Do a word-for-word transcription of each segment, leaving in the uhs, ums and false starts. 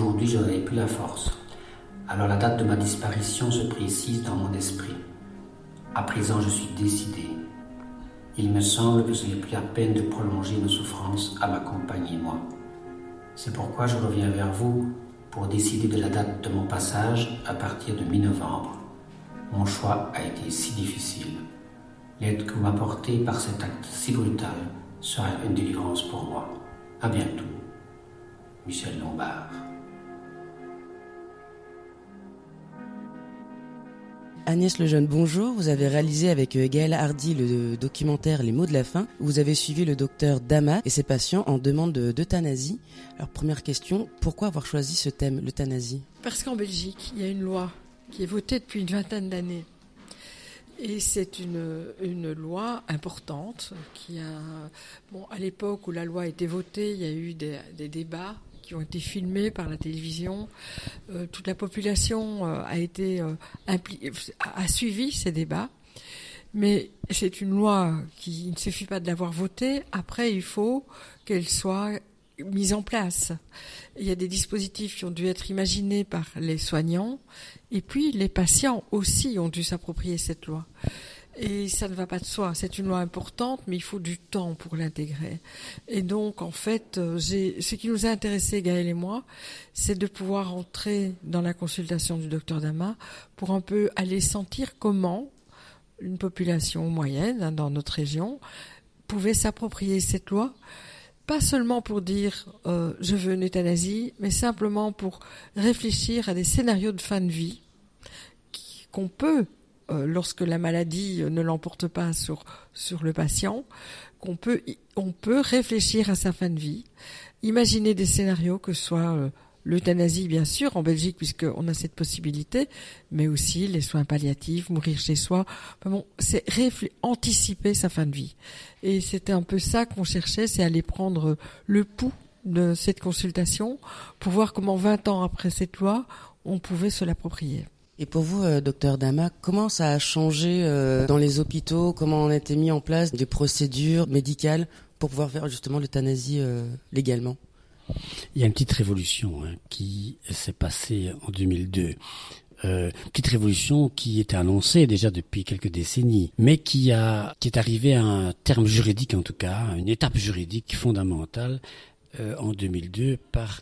aujourd'hui je n'avais plus la force. Alors la date de ma disparition se précise dans mon esprit. À présent je suis décidé. Il me semble que ce n'est plus la peine de prolonger nos souffrances à ma compagne et moi. C'est pourquoi je reviens vers vous pour décider de la date de mon passage à partir de mi-novembre. Mon choix a été si difficile. L'aide que vous m'apportez par cet acte si brutal sera une délivrance pour moi. À bientôt. Michel Lombard. Agnès Lejeune, bonjour. Vous avez réalisé avec Gaël Hardy le documentaire Les mots de la fin. Vous avez suivi le docteur Damas et ses patients en demande d'euthanasie. Alors première question, pourquoi avoir choisi ce thème, l'euthanasie ? Parce qu'en Belgique, il y a une loi qui est votée depuis une vingtaine d'années. Et c'est une, une loi importante qui a... Bon, à l'époque où la loi a été votée, il y a eu des, des débats qui ont été filmés par la télévision. Euh, toute la population euh, a été euh, impli- a suivi ces débats. Mais c'est une loi qui il ne suffit pas de l'avoir votée. Après, il faut qu'elle soit mise en place. Il y a des dispositifs qui ont dû être imaginés par les soignants. Et puis, les patients aussi ont dû s'approprier cette loi. Et ça ne va pas de soi. C'est une loi importante, mais il faut du temps pour l'intégrer. Et donc, en fait, j'ai, ce qui nous a intéressé, Gaël et moi, c'est de pouvoir entrer dans la consultation du docteur Damas pour un peu aller sentir comment une population moyenne, hein, dans notre région, pouvait s'approprier cette loi. Pas seulement pour dire euh, « je veux une euthanasie », mais simplement pour réfléchir à des scénarios de fin de vie qui, qu'on peut Euh, lorsque la maladie ne l'emporte pas sur sur le patient, qu'on peut on peut réfléchir à sa fin de vie, imaginer des scénarios que ce soit euh, l'euthanasie bien sûr en Belgique puisqu'on a cette possibilité, mais aussi les soins palliatifs, mourir chez soi. Enfin bon, c'est réfl- anticiper sa fin de vie. Et c'était un peu ça qu'on cherchait, c'est aller prendre le pouls de cette consultation pour voir comment vingt ans après cette loi, on pouvait se l'approprier. Et pour vous, euh, docteur Damas, comment ça a changé euh, dans les hôpitaux ? Comment on a été mis en place des procédures médicales pour pouvoir faire justement l'euthanasie euh, légalement ? Il y a une petite révolution hein, qui s'est passée en deux mille deux. Euh, petite révolution qui était annoncée déjà depuis quelques décennies, mais qui a qui est arrivée à un terme juridique en tout cas, une étape juridique fondamentale euh, en deux mille deux par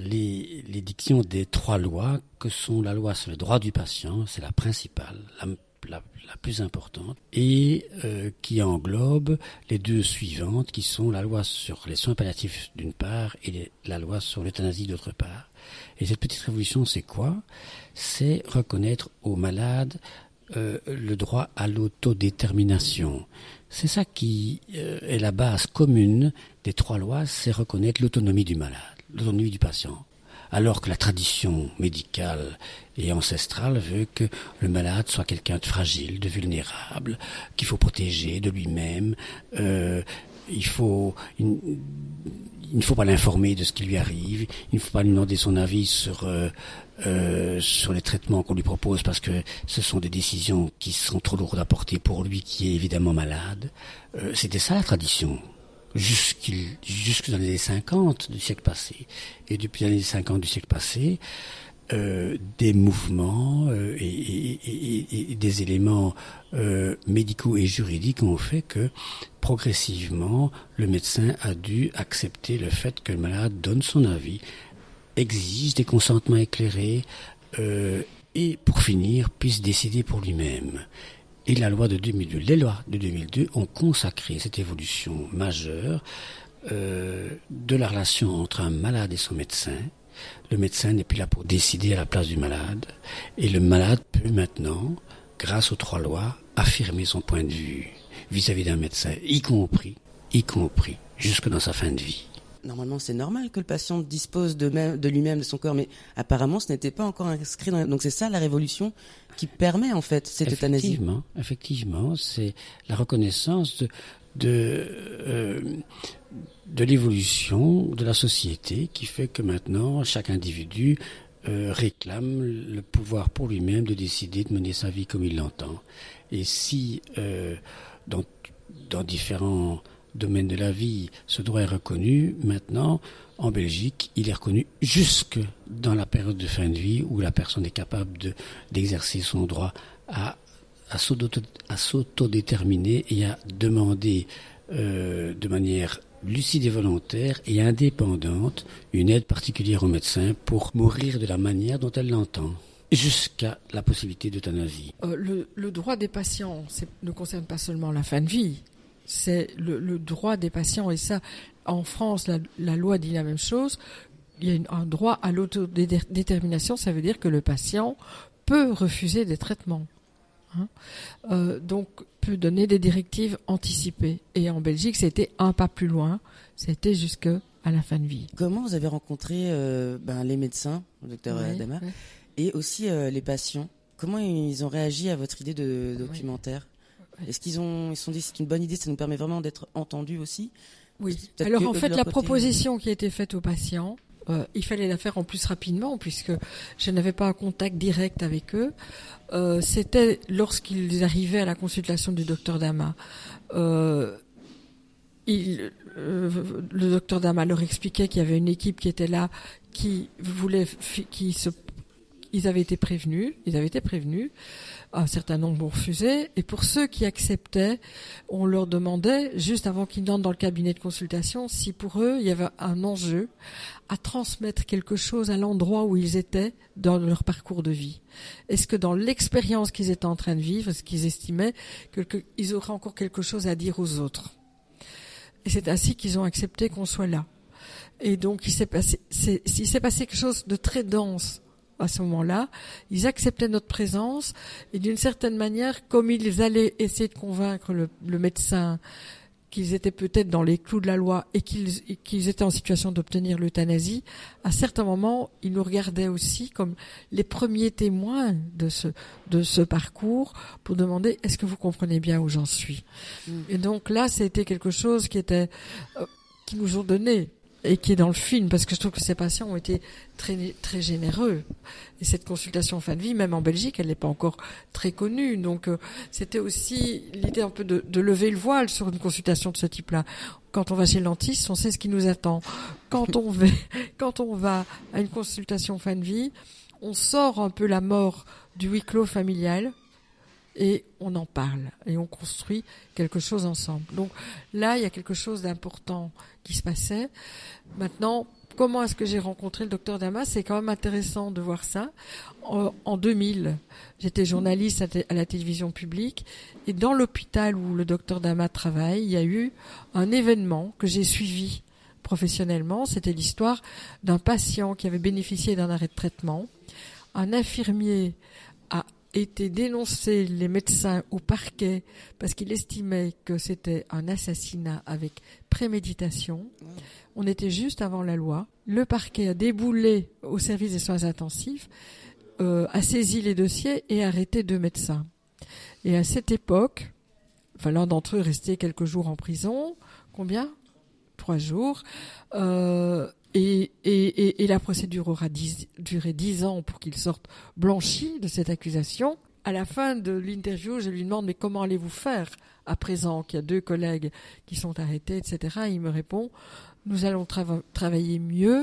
les l'édiction des trois lois que sont la loi sur le droit du patient, c'est la principale, la, la, la plus importante, et euh, qui englobe les deux suivantes qui sont la loi sur les soins palliatifs d'une part et les, la loi sur l'euthanasie d'autre part. Et cette petite révolution, c'est quoi ? C'est reconnaître aux malades euh, le droit à l'autodétermination. C'est ça qui euh, est la base commune des trois lois, c'est reconnaître l'autonomie du malade, l'autonomie du patient. Alors que la tradition médicale et ancestrale veut que le malade soit quelqu'un de fragile, de vulnérable, qu'il faut protéger de lui-même, euh, il faut... Il, il ne faut pas l'informer de ce qui lui arrive, il ne faut pas lui demander son avis sur euh, euh, sur les traitements qu'on lui propose parce que ce sont des décisions qui sont trop lourdes à porter pour lui qui est évidemment malade. Euh, c'était ça la tradition, jusqu'il, jusque dans les années cinquante du siècle passé. Et depuis les années cinquante du siècle passé, euh, des mouvements euh, et, et, et, et des éléments euh, médicaux et juridiques ont fait que progressivement, le médecin a dû accepter le fait que le malade donne son avis, exige des consentements éclairés euh, et, pour finir, puisse décider pour lui-même. Et la loi de deux mille deux, les lois de deux mille deux ont consacré cette évolution majeure euh, de la relation entre un malade et son médecin. Le médecin n'est plus là pour décider à la place du malade et le malade peut maintenant, grâce aux trois lois, affirmer son point de vue vis-à-vis d'un médecin, y compris, y compris, jusque dans sa fin de vie. Normalement, c'est normal que le patient dispose de, même, de lui-même, de son corps, mais apparemment, ce n'était pas encore inscrit dans... Donc c'est ça la révolution qui permet en fait cette euthanasie. Effectivement, effectivement, c'est la reconnaissance de, de, euh, de l'évolution de la société qui fait que maintenant, chaque individu euh, réclame le pouvoir pour lui-même de décider de mener sa vie comme il l'entend. Et si... Euh, Dans, dans différents domaines de la vie, ce droit est reconnu. Maintenant, en Belgique, il est reconnu jusque dans la période de fin de vie où la personne est capable de, d'exercer son droit à, à, s'auto, à s'autodéterminer et à demander euh, de manière lucide et volontaire et indépendante une aide particulière au médecin pour mourir de la manière dont elle l'entend, jusqu'à la possibilité d'euthanasie. Euh, le, le droit des patients c'est, ne concerne pas seulement la fin de vie, c'est le, le droit des patients, et ça, en France, la, la loi dit la même chose. Il y a une, un droit à l'autodétermination, ça veut dire que le patient peut refuser des traitements. Hein euh, donc, peut donner des directives anticipées. Et en Belgique, c'était un pas plus loin, c'était jusqu'à la fin de vie. Comment vous avez rencontré euh, ben, les médecins, le docteur ouais, Dama, ouais. et aussi euh, les patients? Comment ils ont réagi à votre idée de documentaire? Ouais. Est-ce qu'ils ont, ils se sont dit c'est une bonne idée, ça nous permet vraiment d'être entendus aussi? Oui. Peut-être Alors que, en fait, la côté... proposition qui a été faite aux patients, euh, il fallait la faire en plus rapidement puisque je n'avais pas un contact direct avec eux. Euh, c'était lorsqu'ils arrivaient à la consultation du docteur Dama. Euh, il, euh, le docteur Dama leur expliquait qu'il y avait une équipe qui était là, qui voulait, qui se, ils avaient été prévenus, ils avaient été prévenus. Un certain nombre ont refusé, et pour ceux qui acceptaient, on leur demandait, juste avant qu'ils entrent dans le cabinet de consultation, si pour eux, il y avait un enjeu à transmettre quelque chose à l'endroit où ils étaient dans leur parcours de vie. Est-ce que dans l'expérience qu'ils étaient en train de vivre, est-ce qu'ils estimaient qu'ils auraient encore quelque chose à dire aux autres? Et c'est ainsi qu'ils ont accepté qu'on soit là. Et donc, il s'est passé, c'est, il s'est passé quelque chose de très dense à ce moment-là. Ils acceptaient notre présence et d'une certaine manière, comme ils allaient essayer de convaincre le, le médecin qu'ils étaient peut-être dans les clous de la loi et qu'ils, et qu'ils étaient en situation d'obtenir l'euthanasie, à certains moments, ils nous regardaient aussi comme les premiers témoins de ce, de ce parcours pour demander est-ce que vous comprenez bien où j'en suis? Mmh. Et donc là, c'était quelque chose qui était, euh, qui nous ont donné et qui est dans le film, parce que je trouve que ces patients ont été très très généreux. Et cette consultation en fin de vie, même en Belgique, elle n'est pas encore très connue. Donc, euh, c'était aussi l'idée un peu de, de lever le voile sur une consultation de ce type-là. Quand on va chez le dentiste, on sait ce qui nous attend. Quand on va, quand on va à une consultation en fin de vie, on sort un peu la mort du huis clos familial, et on en parle et on construit quelque chose ensemble. Donc là, il y a quelque chose d'important qui se passait. Maintenant, comment est-ce que j'ai rencontré le docteur Dama? C'est quand même intéressant de voir ça. En, en deux mille, j'étais journaliste à, t- à la télévision publique et dans l'hôpital où le docteur Dama travaille, il y a eu un événement que j'ai suivi professionnellement. C'était l'histoire d'un patient qui avait bénéficié d'un arrêt de traitement. Un infirmier a été dénoncé les médecins au parquet parce qu'il estimait que c'était un assassinat avec préméditation. On était juste avant la loi. Le parquet a déboulé au service des soins intensifs, euh, a saisi les dossiers et a arrêté deux médecins. Et à cette époque, enfin, l'un d'entre eux restait quelques jours en prison. Combien? Trois jours. Euh, Et, et, et, et la procédure aura dix, duré dix ans pour qu'il sorte blanchi de cette accusation. À la fin de l'interview, je lui demande « Mais comment allez-vous faire à présent qu'il y a deux collègues qui sont arrêtés, et cetera » Il me répond « Nous allons trava- travailler mieux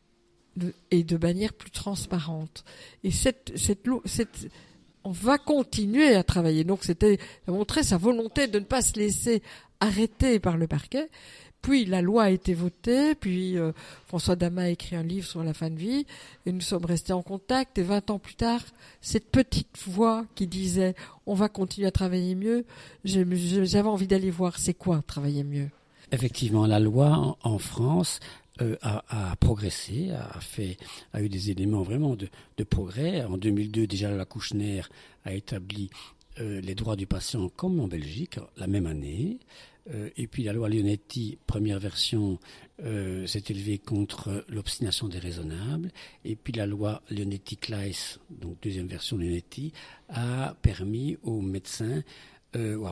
de, et de manière plus transparente. » Et cette, cette, cette, on va continuer à travailler. Donc c'était montrer sa volonté de ne pas se laisser arrêter par le parquet. Puis la loi a été votée, puis euh, François Dama a écrit un livre sur la fin de vie, et nous sommes restés en contact. Et vingt ans plus tard, cette petite voix qui disait « on va continuer à travailler mieux », j'avais envie d'aller voir c'est quoi travailler mieux. Effectivement, la loi en, en France euh, a, a progressé, a, fait, a eu des éléments vraiment de, de progrès. En deux mille deux, déjà la Kouchner a établi euh, les droits du patient comme en Belgique, la même année. Euh, et puis la loi Leonetti, première version, euh, s'est élevée contre l'obstination déraisonnable. Et puis la loi Leonetti-Claes, donc deuxième version Leonetti, a permis aux médecins, euh, ou a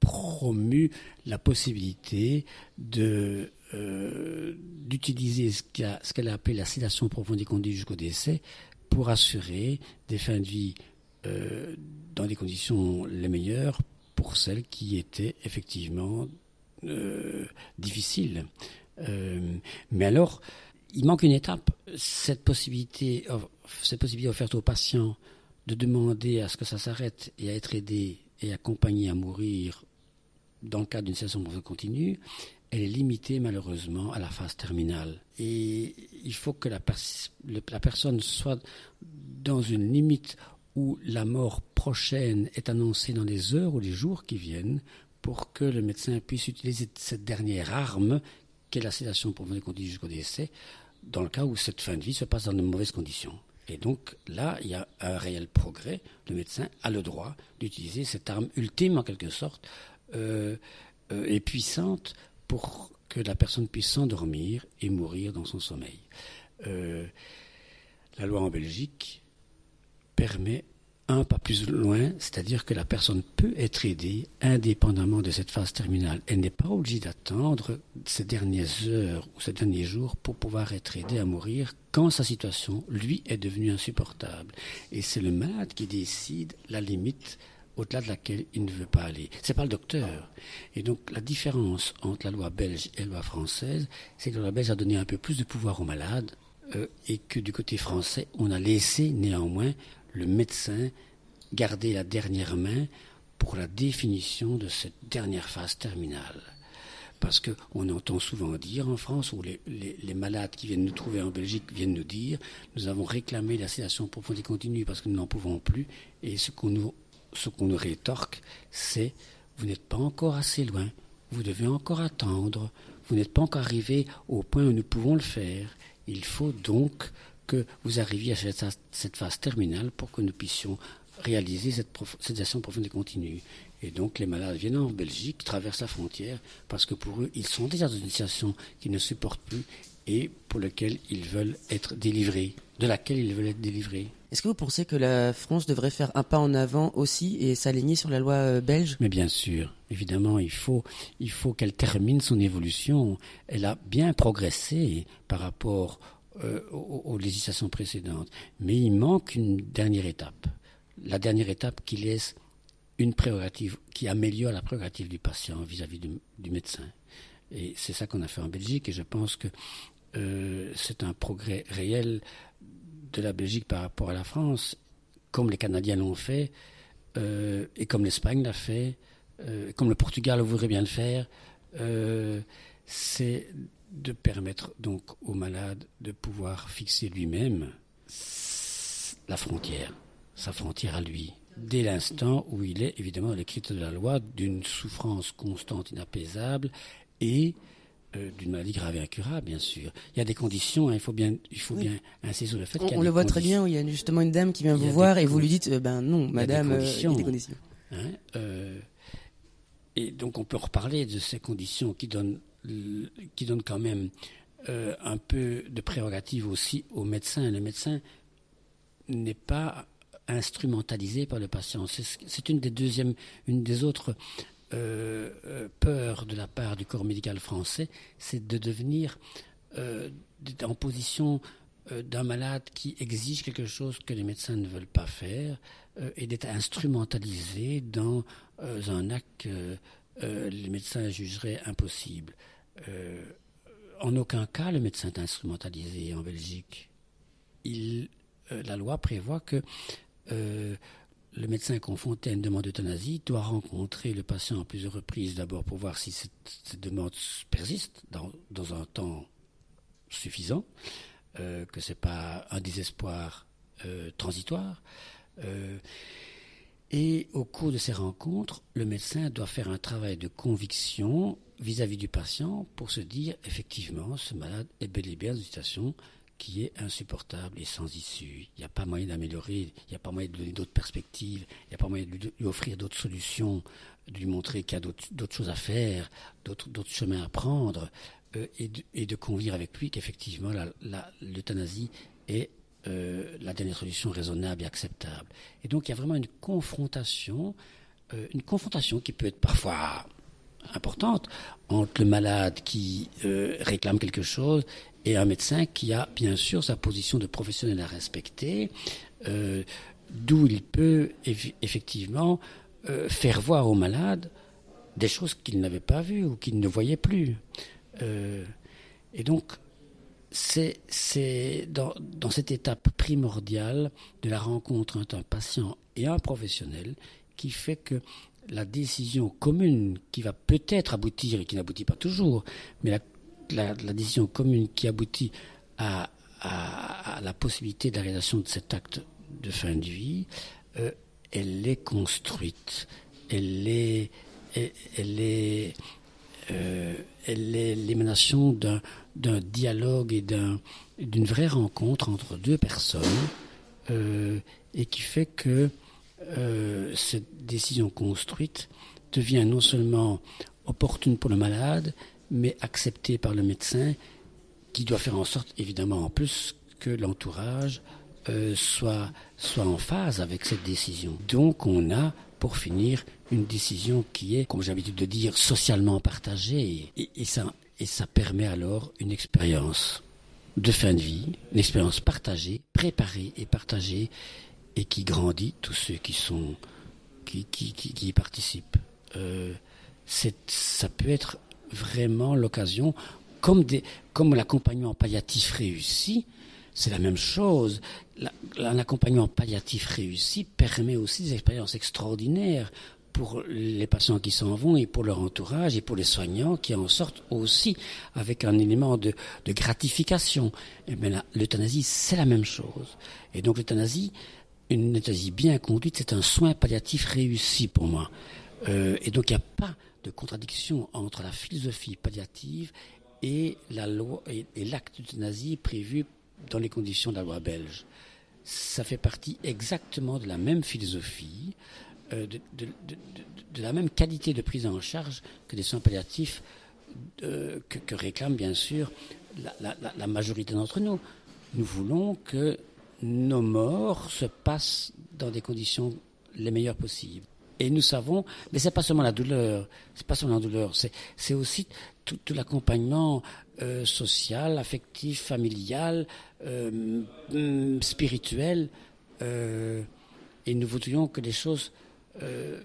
promu la possibilité de, euh, d'utiliser ce, qu'il a, ce qu'elle a appelé la sédation approfondie conduite jusqu'au décès pour assurer des fins de vie euh, dans des conditions les meilleures pour celles qui étaient effectivement Euh, difficile. Euh, mais alors, il manque une étape. Cette possibilité, cette possibilité offerte aux patients de demander à ce que ça s'arrête et à être aidé et accompagné à mourir dans le cadre d'une sédation continue, elle est limitée malheureusement à la phase terminale. Et il faut que la, pers- le, la personne soit dans une limite où la mort prochaine est annoncée dans les heures ou les jours qui viennent pour que le médecin puisse utiliser cette dernière arme qu'est la sédation profonde et continue jusqu'au décès, dans le cas où cette fin de vie se passe dans de mauvaises conditions. Et donc là, il y a un réel progrès. Le médecin a le droit d'utiliser cette arme ultime, en quelque sorte, euh, euh, et puissante pour que la personne puisse s'endormir et mourir dans son sommeil. Euh, la loi en Belgique permet un pas plus loin, c'est-à-dire que la personne peut être aidée indépendamment de cette phase terminale. Elle n'est pas obligée d'attendre ces dernières heures ou ces derniers jours pour pouvoir être aidée à mourir quand sa situation, lui, est devenue insupportable. Et c'est le malade qui décide la limite au-delà de laquelle il ne veut pas aller. C'est pas le docteur. Et donc la différence entre la loi belge et la loi française, c'est que la loi belge a donné un peu plus de pouvoir aux malades euh, et que du côté français, on a laissé néanmoins le médecin garder la dernière main pour la définition de cette dernière phase terminale. Parce qu'on entend souvent dire en France, ou les, les, les malades qui viennent nous trouver en Belgique viennent nous dire, nous avons réclamé la sédation profonde et continue parce que nous n'en pouvons plus, et ce qu'on nous, ce qu'on nous rétorque, c'est « vous n'êtes pas encore assez loin, vous devez encore attendre, vous n'êtes pas encore arrivé au point où nous pouvons le faire, il faut donc... » que vous arriviez à cette, cette phase terminale pour que nous puissions réaliser cette prof, sédation profonde et continue. Et donc les malades viennent en Belgique, traversent la frontière, parce que pour eux, ils sont déjà dans une situation qu'ils ne supportent plus et pour laquelle ils veulent être délivrés, de laquelle ils veulent être délivrés. Est-ce que vous pensez que la France devrait faire un pas en avant aussi et s'aligner sur la loi euh, belge ? Mais bien sûr, évidemment, il faut, il faut qu'elle termine son évolution. Elle a bien progressé par rapport Euh, aux, aux législations précédentes. Mais il manque une dernière étape. La dernière étape qui laisse une prérogative, qui améliore la prérogative du patient vis-à-vis du, du médecin. Et c'est ça qu'on a fait en Belgique, et je pense que euh, c'est un progrès réel de la Belgique par rapport à la France, comme les Canadiens l'ont fait, euh, et comme l'Espagne l'a fait, euh, comme le Portugal voudrait bien le faire. Euh, c'est de permettre donc au malade de pouvoir fixer lui-même la frontière, sa frontière à lui, dès l'instant où il est évidemment dans les critères de la loi d'une souffrance constante, inapaisable et euh, d'une maladie grave et incurable, bien sûr. Il y a des conditions, hein, il faut bien, il faut oui. bien insister sur le fait on, qu'il y a on des le voit conditions. Très bien, où il y a justement une dame qui vient vous voir et vous lui dites, euh, ben non, madame, il y a des conditions. Euh, il y a des conditions. Hein, euh, et donc on peut reparler de ces conditions qui donnent qui donne quand même euh, un peu de prérogative aussi au médecin. Le médecin n'est pas instrumentalisé par le patient. C'est, c'est une des deuxièmes, une des autres euh, euh, peurs de la part du corps médical français, c'est de devenir euh, en position euh, d'un malade qui exige quelque chose que les médecins ne veulent pas faire euh, et d'être instrumentalisé dans euh, un acte que euh, les médecins jugeraient impossible. Euh, en aucun cas le médecin est instrumentalisé en Belgique. Il, euh, la loi prévoit que euh, le médecin confronté à une demande d'euthanasie doit rencontrer le patient à plusieurs reprises, d'abord pour voir si cette, cette demande persiste dans, dans un temps suffisant, euh, que ce n'est pas un désespoir euh, transitoire. Euh, et au cours de ces rencontres, le médecin doit faire un travail de conviction vis-à-vis du patient pour se dire effectivement ce malade est bel et bien dans une situation qui est insupportable et sans issue. Il n'y a pas moyen d'améliorer, il n'y a pas moyen de donner d'autres perspectives, il n'y a pas moyen de lui, de lui offrir d'autres solutions, de lui montrer qu'il y a d'autres, d'autres choses à faire, d'autres, d'autres chemins à prendre, euh, et, de, et de convenir avec lui qu'effectivement la, la, l'euthanasie est euh, la dernière solution raisonnable et acceptable. Et donc il y a vraiment une confrontation, euh, une confrontation qui peut être parfois importante entre le malade qui euh, réclame quelque chose et un médecin qui a bien sûr sa position de professionnel à respecter, euh, d'où il peut eff- effectivement euh, faire voir au malade des choses qu'il n'avait pas vues ou qu'il ne voyait plus. Euh, et donc, c'est, c'est dans, dans cette étape primordiale de la rencontre entre un patient et un professionnel qui fait que la décision commune qui va peut-être aboutir et qui n'aboutit pas toujours, mais la, la, la décision commune qui aboutit à, à, à la possibilité de la réalisation de cet acte de fin de vie, euh, elle est construite, elle est, elle, elle est, euh, elle est l'émanation d'un, d'un dialogue et d'un, d'une vraie rencontre entre deux personnes, euh, et qui fait que euh, cette décision construite devient non seulement opportune pour le malade, mais acceptée par le médecin, qui doit faire en sorte, évidemment, en plus, que l'entourage euh, soit, soit en phase avec cette décision. Donc, on a, pour finir, une décision qui est, comme j'ai l'habitude de dire, socialement partagée. Et, et, ça, et ça permet alors une expérience de fin de vie, une expérience partagée, préparée et partagée, et qui grandit tous ceux qui sont, qui, qui, qui, qui y participent. Euh, c'est, ça peut être vraiment l'occasion, comme, des, comme l'accompagnement palliatif réussi, c'est la même chose. La, l'accompagnement palliatif réussi permet aussi des expériences extraordinaires pour les patients qui s'en vont et pour leur entourage et pour les soignants qui en sortent aussi avec un élément de, de gratification. Et bien là, l'euthanasie, c'est la même chose. Et donc l'euthanasie, une euthanasie bien conduite, c'est un soin palliatif réussi pour moi. Euh, et donc il n'y a pas de contradiction entre la philosophie palliative et, la loi, et, et l'acte d'euthanasie prévu dans les conditions de la loi belge. Ça fait partie exactement de la même philosophie, euh, de, de, de, de, de la même qualité de prise en charge que des soins palliatifs euh, que, que réclame bien sûr la, la, la majorité d'entre nous. Nous voulons que nos morts se passent dans des conditions les meilleures possibles. Et nous savons, mais c'est pas seulement la douleur, c'est pas seulement la douleur, c'est, c'est aussi tout, tout l'accompagnement euh, social, affectif, familial, euh, spirituel, euh, et nous voudrions que les choses euh,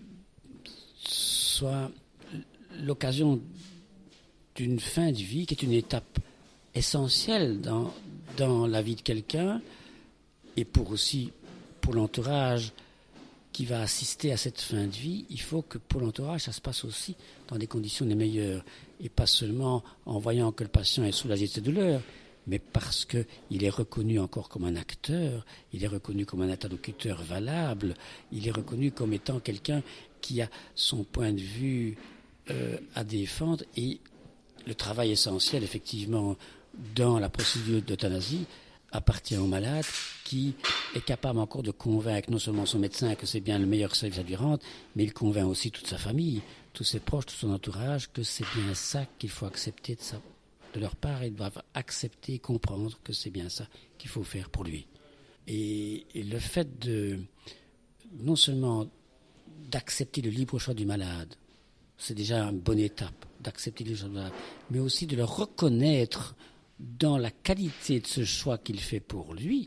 soient l'occasion d'une fin de vie qui est une étape essentielle dans, dans la vie de quelqu'un, et pour aussi, pour l'entourage qui va assister à cette fin de vie, il faut que pour l'entourage, ça se passe aussi dans des conditions les meilleures. Et pas seulement en voyant que le patient est soulagé de ses douleurs, mais parce qu'il est reconnu encore comme un acteur, il est reconnu comme un interlocuteur valable, il est reconnu comme étant quelqu'un qui a son point de vue euh, à défendre. Et le travail essentiel, effectivement, dans la procédure d'euthanasie, appartient au malade qui est capable encore de convaincre non seulement son médecin que c'est bien le meilleur service à lui rendre, mais il convainc aussi toute sa famille, tous ses proches, tout son entourage, que c'est bien ça qu'il faut accepter de, sa, de leur part. Ils doivent accepter et comprendre que c'est bien ça qu'il faut faire pour lui. Et, et le fait de, non seulement d'accepter le libre choix du malade, c'est déjà une bonne étape, d'accepter le libre choix du malade, mais aussi de le reconnaître dans la qualité de ce choix qu'il fait pour lui,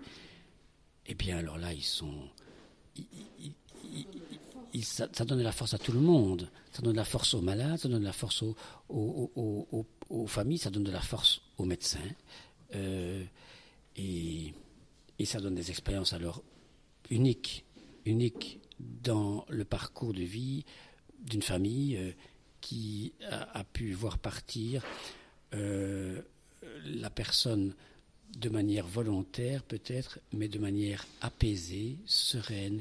eh bien alors là, ils sont... Ils, ils, ils, ils, ça, ça donne de la force à tout le monde. Ça donne de la force aux malades, ça donne de la force aux, aux, aux, aux, aux familles, ça donne de la force aux médecins. Euh, et, et ça donne des expériences alors uniques, uniques dans le parcours de vie d'une famille euh, qui a, a pu voir partir... Euh, la personne de manière volontaire peut-être, mais de manière apaisée, sereine,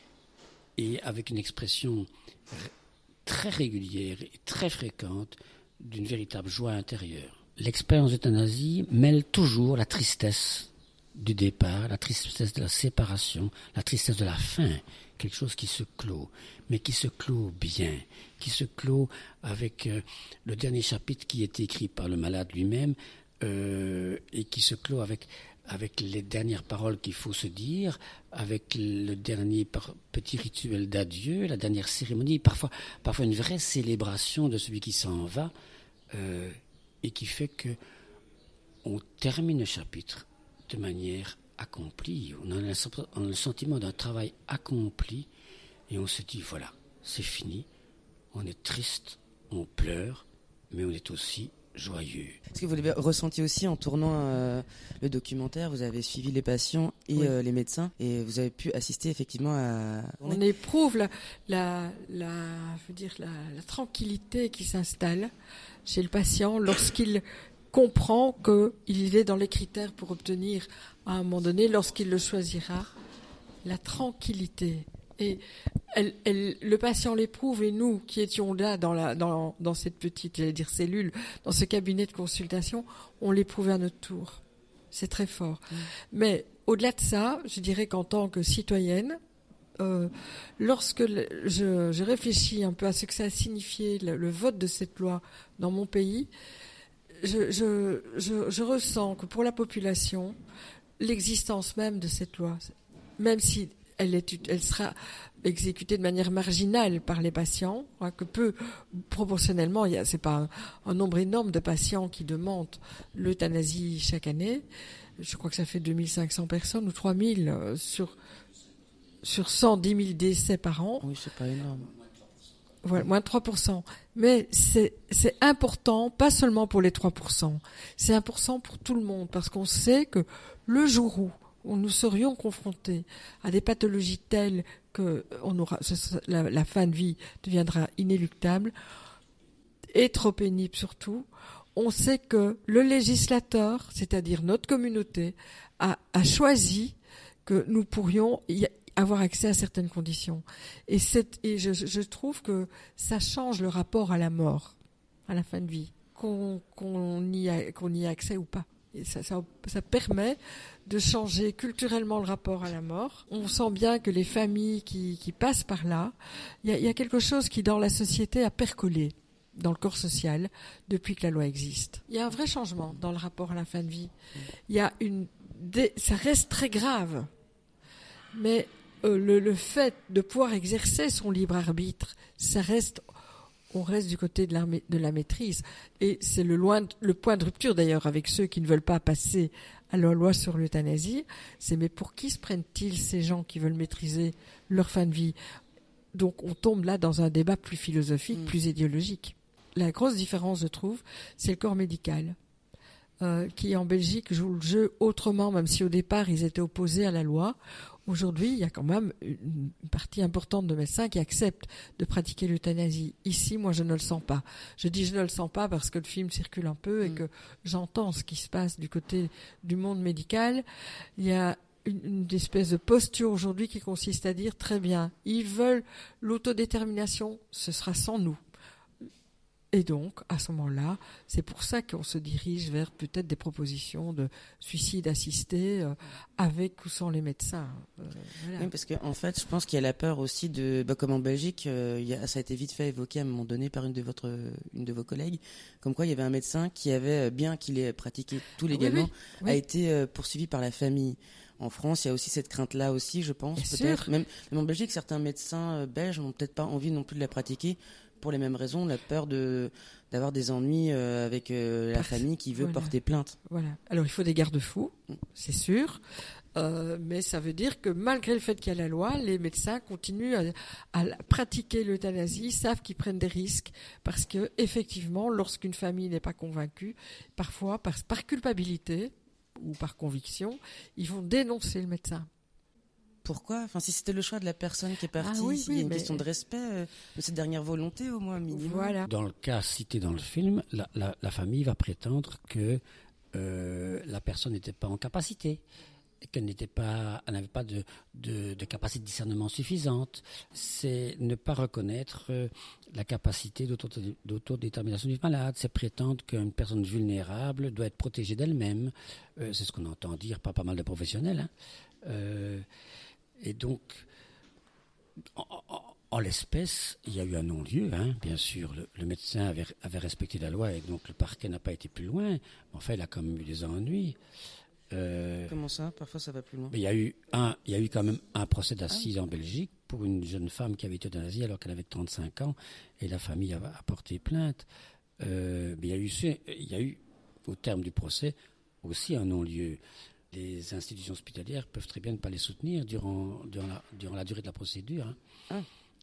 et avec une expression r- très régulière et très fréquente d'une véritable joie intérieure. L'expérience d'euthanasie mêle toujours la tristesse du départ, la tristesse de la séparation, la tristesse de la fin, quelque chose qui se clôt, mais qui se clôt bien, qui se clôt avec euh, le dernier chapitre qui est écrit par le malade lui-même, Euh, et qui se clôt avec, avec les dernières paroles qu'il faut se dire, avec le dernier par, petit rituel d'adieu, la dernière cérémonie, parfois, parfois une vraie célébration de celui qui s'en va, euh, et qui fait que on termine le chapitre de manière accomplie. On a, le, on a le sentiment d'un travail accompli, et on se dit, voilà, c'est fini, on est triste, on pleure, mais on est aussi joyeux. Est-ce que vous l'avez ressenti aussi en tournant euh, le documentaire? Vous avez suivi les patients et oui. euh, les médecins et vous avez pu assister effectivement à... On éprouve la, la, la, je veux dire, la, la tranquillité qui s'installe chez le patient lorsqu'il comprend qu'il est dans les critères pour obtenir à un moment donné, lorsqu'il le choisira, la tranquillité. Et elle, elle, le patient l'éprouve et nous qui étions là dans, la, dans, dans cette petite, j'allais dire cellule, dans ce cabinet de consultation, on l'éprouve à notre tour. C'est très fort. Mmh. Mais au-delà de ça, je dirais qu'en tant que citoyenne, euh, lorsque le, je, je réfléchis un peu à ce que ça a signifié le, le vote de cette loi dans mon pays, je, je, je, je ressens que pour la population, l'existence même de cette loi, même si Elle, est, elle sera exécutée de manière marginale par les patients, hein, que peu, proportionnellement, il y a, c'est pas un, un nombre énorme de patients qui demandent l'euthanasie chaque année. Je crois que ça fait deux mille cinq cents personnes ou trois mille euh, sur, sur cent dix mille décès par an. Oui, c'est pas énorme. Voilà, moins de trois pour cent. Mais c'est, c'est important, pas seulement pour les trois pour cent, c'est important pour tout le monde, parce qu'on sait que le jour où où nous serions confrontés à des pathologies telles que on aura, la, la fin de vie deviendra inéluctable et trop pénible surtout, on sait que le législateur, c'est-à-dire notre communauté, a, a choisi que nous pourrions y avoir accès à certaines conditions. Et, c'est, et je, je trouve que ça change le rapport à la mort, à la fin de vie, qu'on, qu'on, y, a, qu'on y ait accès ou pas. Et ça, ça, ça permet de changer culturellement le rapport à la mort. On sent bien que les familles qui, qui passent par là, il y, y a quelque chose qui dans la société a percolé dans le corps social depuis que la loi existe. Il y a un vrai changement dans le rapport à la fin de vie. Il y a une, des, ça reste très grave, mais euh, le, le fait de pouvoir exercer son libre arbitre, ça reste on reste du côté de la, de la maîtrise. Et c'est le, loin, le point de rupture d'ailleurs avec ceux qui ne veulent pas passer à la loi sur l'euthanasie. C'est mais pour qui se prennent-ils ces gens qui veulent maîtriser leur fin de vie? Donc on tombe là dans un débat plus philosophique, mmh. plus idéologique. La grosse différence, je trouve, c'est le corps médical. Euh, qui en Belgique joue le jeu autrement, même si au départ ils étaient opposés à la loi. Aujourd'hui, il y a quand même une partie importante de médecins qui acceptent de pratiquer l'euthanasie. Ici, moi, je ne le sens pas. Je dis je ne le sens pas parce que le film circule un peu et mmh. que j'entends ce qui se passe du côté du monde médical. Il y a une, une espèce de posture aujourd'hui qui consiste à dire très bien, ils veulent l'autodétermination, ce sera sans nous. Et donc, à ce moment-là, c'est pour ça qu'on se dirige vers peut-être des propositions de suicide assisté euh, avec ou sans les médecins. Euh, voilà. Oui, parce qu'en en fait, je pense qu'il y a la peur aussi de, bah, comme en Belgique, euh, il y a, ça a été vite fait évoqué à un moment donné par une de votre, une de vos collègues, comme quoi il y avait un médecin qui avait, bien qu'il ait pratiqué tout légalement, oui, oui, oui. a été euh, poursuivi par la famille. En France, il y a aussi cette crainte-là aussi, je pense, Bien peut-être. Sûr. Même, même en Belgique, certains médecins euh, belges n'ont peut-être pas envie non plus de la pratiquer. Pour les mêmes raisons, la peur de d'avoir des ennuis euh, avec euh, la Parti. famille qui veut voilà. porter plainte. Voilà. Alors il faut des garde-fous, c'est sûr, euh, mais ça veut dire que malgré le fait qu'il y a la loi, les médecins continuent à, à pratiquer l'euthanasie, savent qu'ils prennent des risques parce que effectivement, lorsqu'une famille n'est pas convaincue, parfois par, par culpabilité ou par conviction, ils vont dénoncer le médecin. Pourquoi ? Enfin, si c'était le choix de la personne qui est partie, ah oui, s'il oui, y a une mais... question de respect, euh, de cette dernière volonté au moins minimum. Voilà. Dans le cas cité dans le film, la, la, la famille va prétendre que euh, la personne n'était pas en capacité, qu'elle n'était pas, elle n'avait pas de, de, de capacité de discernement suffisante. C'est ne pas reconnaître euh, la capacité d'autodétermination du malade. C'est prétendre qu'une personne vulnérable doit être protégée d'elle-même. Euh, c'est ce qu'on entend dire par pas mal de professionnels. Hein. Euh, Et donc, en, en, en l'espèce, il y a eu un non-lieu, hein, bien sûr. Le, le médecin avait, avait respecté la loi et donc le parquet n'a pas été plus loin. Mais enfin, il a quand même eu des ennuis. Euh, Comment ça ? Parfois, ça va plus loin. Mais il y a eu un, il y a eu quand même un procès d'assises ah. en Belgique pour une jeune femme qui avait été euthanasiée alors qu'elle avait trente-cinq ans et la famille a, a porté plainte. Euh, mais il y a eu, il y a eu, au terme du procès, aussi un non-lieu. Les institutions hospitalières peuvent très bien ne pas les soutenir durant, durant, la, durant la durée de la procédure. Hein. Ah.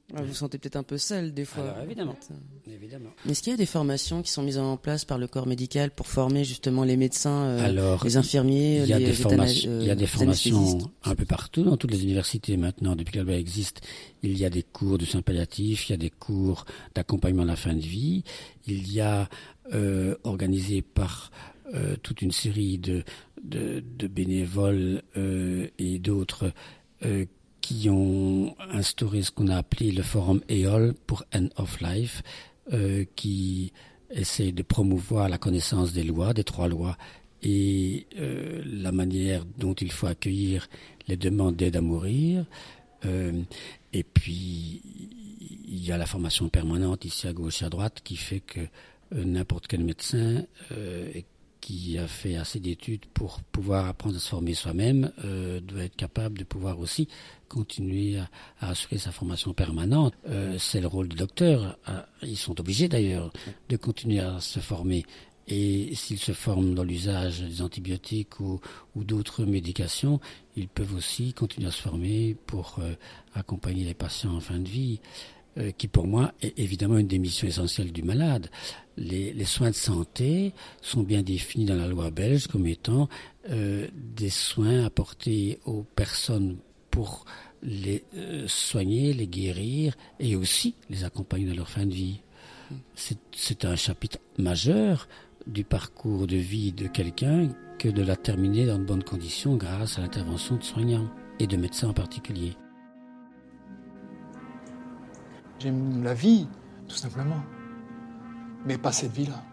Ah, vous vous sentez peut-être un peu seul des fois. Alors, évidemment. évidemment. Mais est-ce qu'il y a des formations qui sont mises en place par le corps médical pour former justement les médecins, euh, Alors, les infirmiers, il y a les, des, les formations, euh, il y a des les formations un peu partout, dans toutes les universités maintenant, depuis que la loi existe. Il y a des cours de soins palliatifs, il y a des cours d'accompagnement à la fin de vie. Il y a, euh, organisé par euh, toute une série de, de, de bénévoles euh, et d'autres euh, qui ont instauré ce qu'on a appelé le forum E O L pour End of Life, euh, qui essaie de promouvoir la connaissance des lois, des trois lois, et euh, la manière dont il faut accueillir les demandes d'aide à mourir. Euh, et puis, il y a la formation permanente ici à gauche et à droite qui fait que euh, n'importe quel médecin euh, qui a fait assez d'études pour pouvoir apprendre à se former soi-même euh, doit être capable de pouvoir aussi continuer à, à assurer sa formation permanente. Euh, c'est le rôle du docteur. Ils sont obligés d'ailleurs de continuer à se former. Et s'ils se forment dans l'usage des antibiotiques ou, ou d'autres médications, ils peuvent aussi continuer à se former pour euh, accompagner les patients en fin de vie, euh, qui pour moi est évidemment une des missions essentielles du malade. Les, les soins de santé sont bien définis dans la loi belge comme étant euh, des soins apportés aux personnes pour les euh, soigner, les guérir et aussi les accompagner dans leur fin de vie. C'est, c'est un chapitre majeur du parcours de vie de quelqu'un que de la terminer dans de bonnes conditions grâce à l'intervention de soignants et de médecins en particulier. J'aime la vie, tout simplement, mais pas cette vie-là.